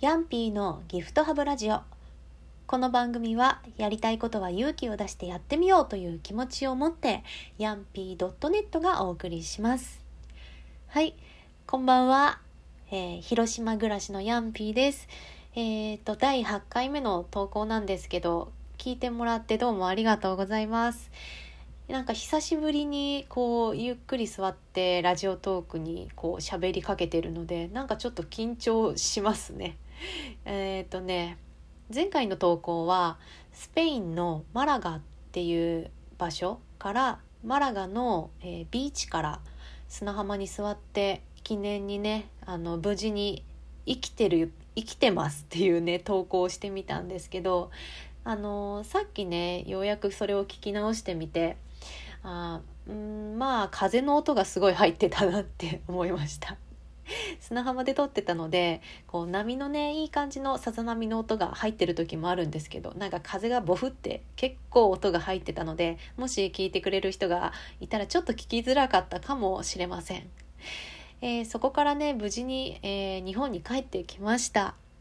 ヤンピーのギフトハブラジオ。この番組はやりたいことは勇気を出してやってみようという気持ちを持ってヤンピー .net がお送りします。はい、こんばんは、広島暮らしのヤンピーです。第8回目の投稿なんですけど、聞いてもらってどうもありがとうございます。なんか久しぶりにゆっくり座ってラジオトークに喋りかけてるので、なんかちょっと緊張しますね。前回の投稿はスペインのマラガっていう場所からマラガの、ビーチから砂浜に座って記念にね、無事に生きてますっていうね投稿をしてみたんですけど、さっきねようやくそれを聞き直してみて、風の音がすごい入ってたなって思いました。砂浜で撮ってたので波のねいい感じのさざ波の音が入ってる時もあるんですけど、なんか風がボフって結構音が入ってたので、もし聞いてくれる人がいたらちょっと聞きづらかったかもしれません。そこからね無事に、日本に帰ってきました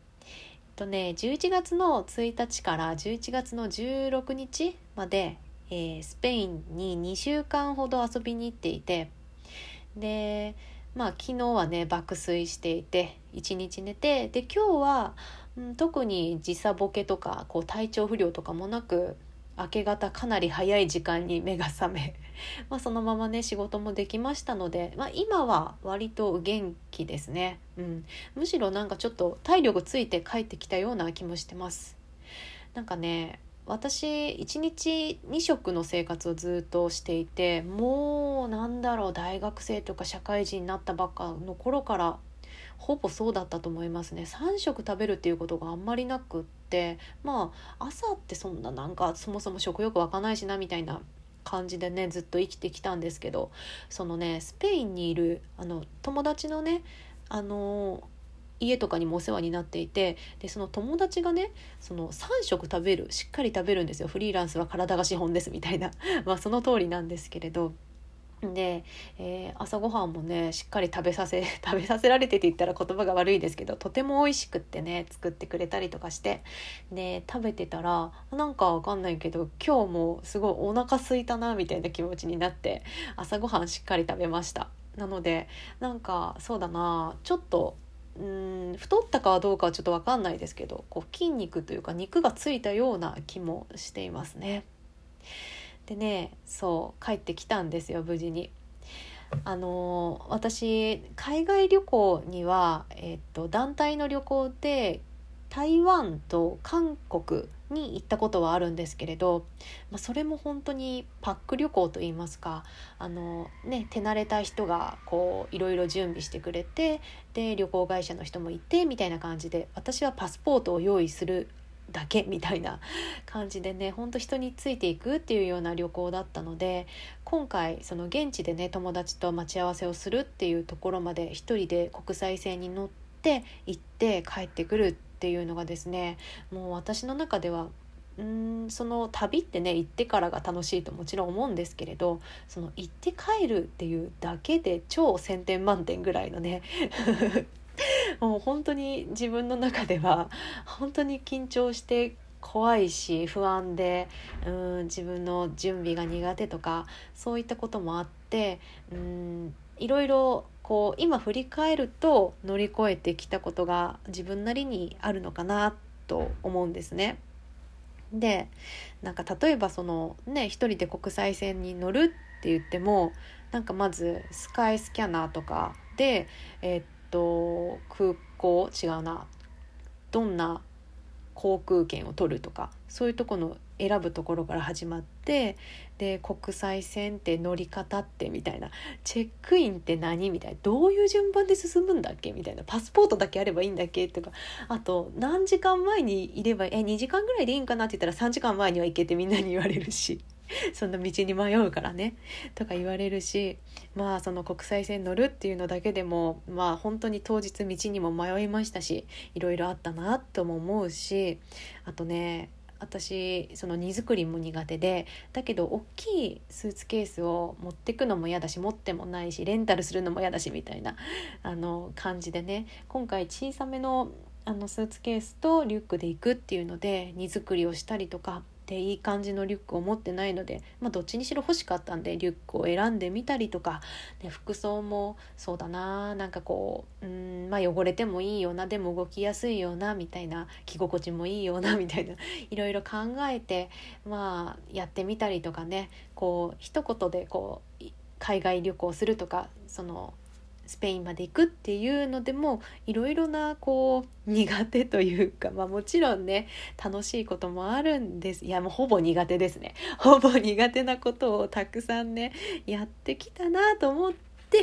。11月の1日から11月の16日まで、スペインに2週間ほど遊びに行っていて、で昨日はね爆睡していて1日寝て、で今日は、特に時差ボケとか体調不良とかもなく、明け方かなり早い時間に目が覚めそのままね仕事もできましたので、今は割と元気ですね、むしろなんかちょっと体力ついて帰ってきたような気もしてます。なんかね、私1日2食の生活をずっとしていて、もう大学生とか社会人になったばっかの頃からほぼそうだったと思いますね。3食食べるっていうことがあんまりなくって、朝ってそんなそもそも食欲湧かないしなみたいな感じでねずっと生きてきたんですけど、そのねスペインにいる友達のね家とかにもお世話になっていて、でその友達がね3食しっかり食べるんですよ。フリーランスは体が資本ですみたいなその通りなんですけれど、で、朝ごはんもねしっかり食べさせられてって言ったら言葉が悪いですけど、とても美味しくってね作ってくれたりとかして、で食べてたらなんかわかんないけど今日もすごいお腹空いたなみたいな気持ちになって、朝ごはんしっかり食べました。なのでそうだな、ちょっと太ったかはどうかはちょっと分かんないですけど、筋肉というか肉がついたような気もしていますね。でね、帰ってきたんですよ無事に。私海外旅行には、団体の旅行で台湾と韓国に行ったことはあるんですけれど、それも本当にパック旅行といいますか、手慣れた人がいろいろ準備してくれて、で旅行会社の人もいてみたいな感じで、私はパスポートを用意するだけみたいな感じでね、本当人についていくっていうような旅行だったので、今回その現地でね友達と待ち合わせをするっていうところまで一人で国際線に乗って行って帰ってくるっていうのがですね、もう私の中ではその旅ってね行ってからが楽しいともちろん思うんですけれど、その行って帰るっていうだけで超1000点満点ぐらいのねもう本当に自分の中では本当に緊張して怖いし不安で、自分の準備が苦手とかそういったこともあって、いろいろ今振り返ると乗り越えてきたことが自分なりにあるのかなと思うんですね。で例えば一人で国際線に乗るって言っても、まずスカイスキャナーとかで空港どんな航空券を取るとか、そういうとこの選ぶところから始まって、で国際線って乗り方ってみたいな、チェックインって何みたいな、どういう順番で進むんだっけみたいな、パスポートだけあればいいんだっけとか、あと何時間前にいれば2時間ぐらいでいいんかなって言ったら3時間前には行けってみんなに言われるしそんな道に迷うからねとか言われるし、その国際線乗るっていうのだけでも本当に当日道にも迷いましたし、いろいろあったなとも思うし、あとね私その荷造りも苦手で、だけど大きいスーツケースを持ってくのも嫌だし、持ってもないしレンタルするのも嫌だしみたいな感じでね、今回小さめのスーツケースとリュックで行くっていうので荷造りをしたりとかで、いい感じのリュックを持ってないので、どっちにしろ欲しかったんでリュックを選んでみたりとかで、服装もそうだな、なんかこう汚れてもいいような、でも動きやすいようなみたいな、着心地もいいようなみたいな、いろいろ考えてやってみたりとかね、こう一言で海外旅行するとか、スペインまで行くっていうのでもいろいろな苦手というか、もちろんね楽しいこともあるんです。いやもうほぼ苦手ですね。ほぼ苦手なことをたくさんねやってきたなと思って、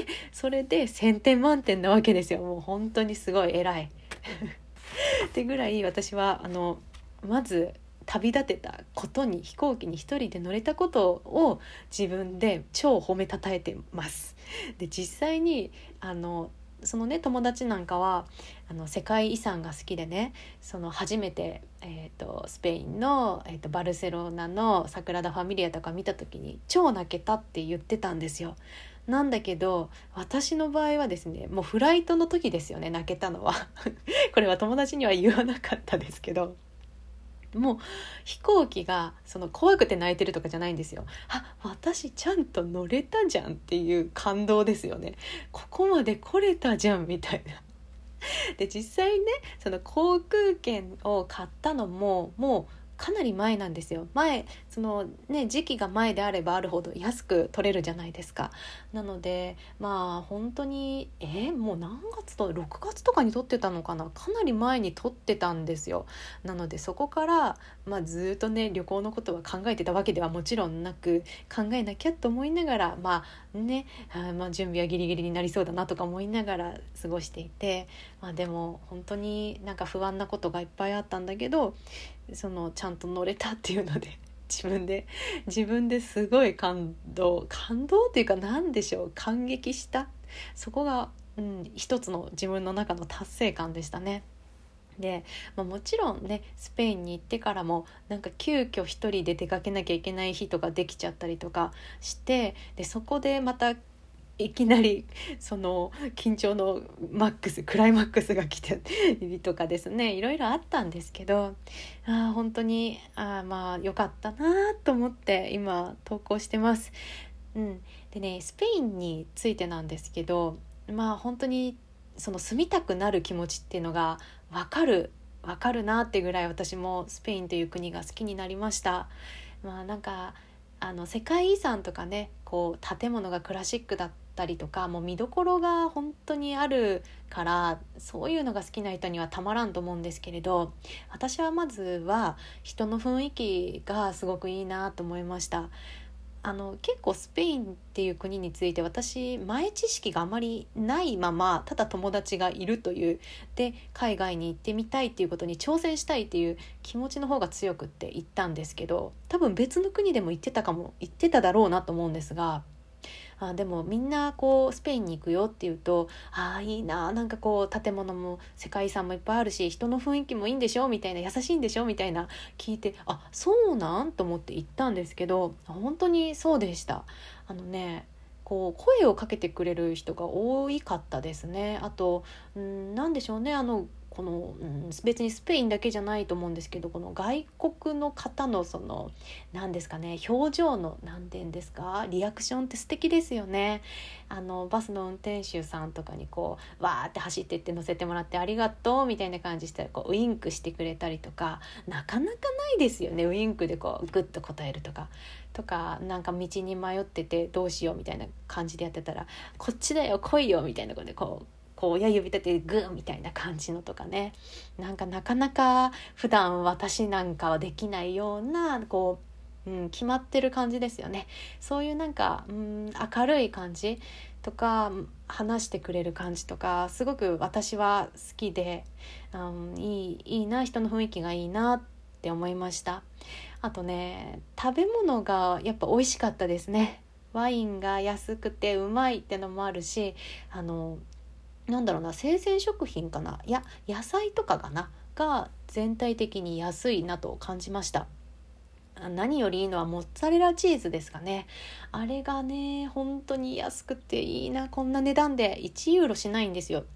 それで1000点満点なわけですよ。もう本当にすごい偉いってぐらい、私はまず旅立てたことに、飛行機に一人で乗れたことを自分で超褒めたたえてます。で実際にそのね友達なんかは世界遺産が好きでね、初めて、スペインの、バルセロナのサグラダ・ファミリアとか見た時に超泣けたって言ってたんですよ。なんだけど私の場合はですね、もうフライトの時ですよね、泣けたのはこれは友達には言わなかったですけど、もう飛行機が怖くて泣いてるとかじゃないんですよ。私ちゃんと乗れたじゃんっていう感動ですよね。ここまで来れたじゃんみたいな。で実際ね航空券を買ったのももうかなり前なんですよ。時期が前であればあるほど安く取れるじゃないですか。なので本当にもう何月と6月とかに取ってたのかな、かなり前に取ってたんですよ。なのでそこから、ずっとね旅行のことは考えてたわけではもちろんなく、考えなきゃと思いながら準備はギリギリになりそうだなとか思いながら過ごしていて、でも本当になんか不安なことがいっぱいあったんだけど、ちゃんと乗れたっていうので自分ですごい感動っていうか、なんでしょう、感激した。そこが、一つの自分の中の達成感でしたね。で、もちろんねスペインに行ってからもなんか急遽一人で出かけなきゃいけない日とかできちゃったりとかして、でそこでまたいきなり緊張のクライマックスが来てとかですね、いろいろあったんですけど、本当に良かったなと思って今投稿してます。でね、スペインについてなんですけど、本当に住みたくなる気持ちっていうのがわかるなってぐらい、私もスペインという国が好きになりました。なんか世界遺産とかね、建物がクラシックだったりとか、もう見どころが本当にあるから、そういうのが好きな人にはたまらんと思うんですけれど、私はまずは人の雰囲気がすごくいいなと思いました。結構スペインっていう国について私前知識があまりないまま、ただ友達がいるというで、海外に行ってみたいっていうことに挑戦したいっていう気持ちの方が強くって行ったんですけど、多分別の国でも行ってただろうなと思うんですが、でもみんなスペインに行くよっていうと、いいな、なんか建物も世界遺産もいっぱいあるし人の雰囲気もいいんでしょみたいな、優しいんでしょみたいな聞いて、そうなんと思って行ったんですけど、本当にそうでした。声をかけてくれる人が多かったですね。あとなんでしょうね、別にスペインだけじゃないと思うんですけど、この外国の方の何ですかね、表情の何て言うんですか、リアクションって素敵ですよね。バスの運転手さんとかにわーって走ってって乗せてもらってありがとうみたいな感じしたらウインクしてくれたりとか、なかなかないですよね、ウインクでグッと答えるとか、なんか道に迷っててどうしようみたいな感じでやってたら、こっちだよ来いよみたいなことで親指立ててグーみたいな感じのとかね、なかなか普段私なんかはできないような決まってる感じですよね。そういうなんか明るい感じとか話してくれる感じとかすごく私は好きで、いいな、人の雰囲気がいいなって思いました。あとね、食べ物がやっぱ美味しかったですね。ワインが安くてうまいってのもあるし、なんだろうな、生鮮食品かな、野菜とかが全体的に安いなと感じました。何よりいいのはモッツァレラチーズですかね。あれがね本当に安くていいな、こんな値段で1ユーロしないんですよ。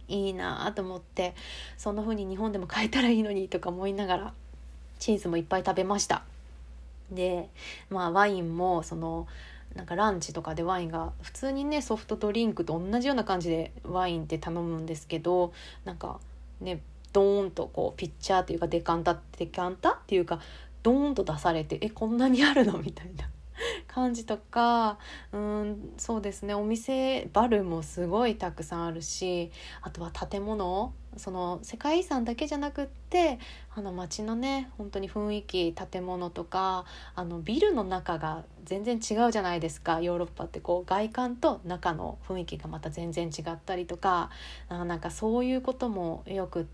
いいなと思って、そんな風に日本でも買えたらいいのにとか思いながらチーズもいっぱい食べました。でワインもなんかランチとかでワインが普通にねソフトドリンクと同じような感じでワインって頼むんですけど、なんかねドーンとこうピッチャーっていうかデカンタっていうかドーンと出されて、こんなにあるのみたいな感じとか、そうですね、お店バルもすごいたくさんあるし、あとは建物、その世界遺産だけじゃなくって街のね本当に雰囲気、建物とかビルの中が全然違うじゃないですか。ヨーロッパってこう外観と中の雰囲気がまた全然違ったりとか、なんかそういうこともよくって、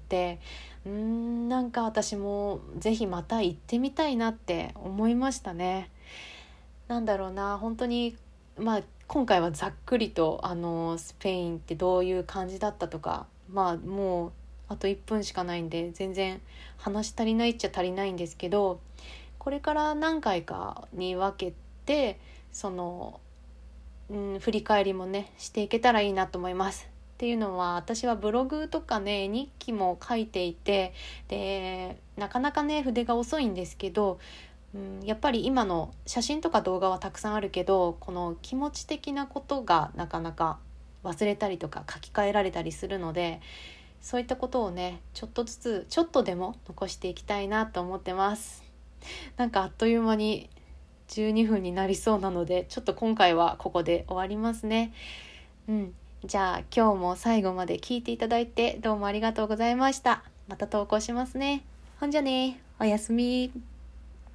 なんか私もぜひまた行ってみたいなって思いましたね。なんだろうな、本当に今回はざっくりとスペインってどういう感じだったとか、もうあと1分しかないんで全然話足りないっちゃ足りないんですけど、これから何回かに分けて振り返りもねしていけたらいいなと思います。っていうのは私はブログとかね日記も書いていて、でなかなかね筆が遅いんですけど、やっぱり今の写真とか動画はたくさんあるけど、この気持ち的なことがなかなか忘れたりとか書き換えられたりするので、そういったことをねちょっとずつちょっとでも残していきたいなと思ってます。なんかあっという間に12分になりそうなので、ちょっと今回はここで終わりますね。じゃあ今日も最後まで聞いていただいてどうもありがとうございました。また投稿しますね。ほんじゃね、おやすみ。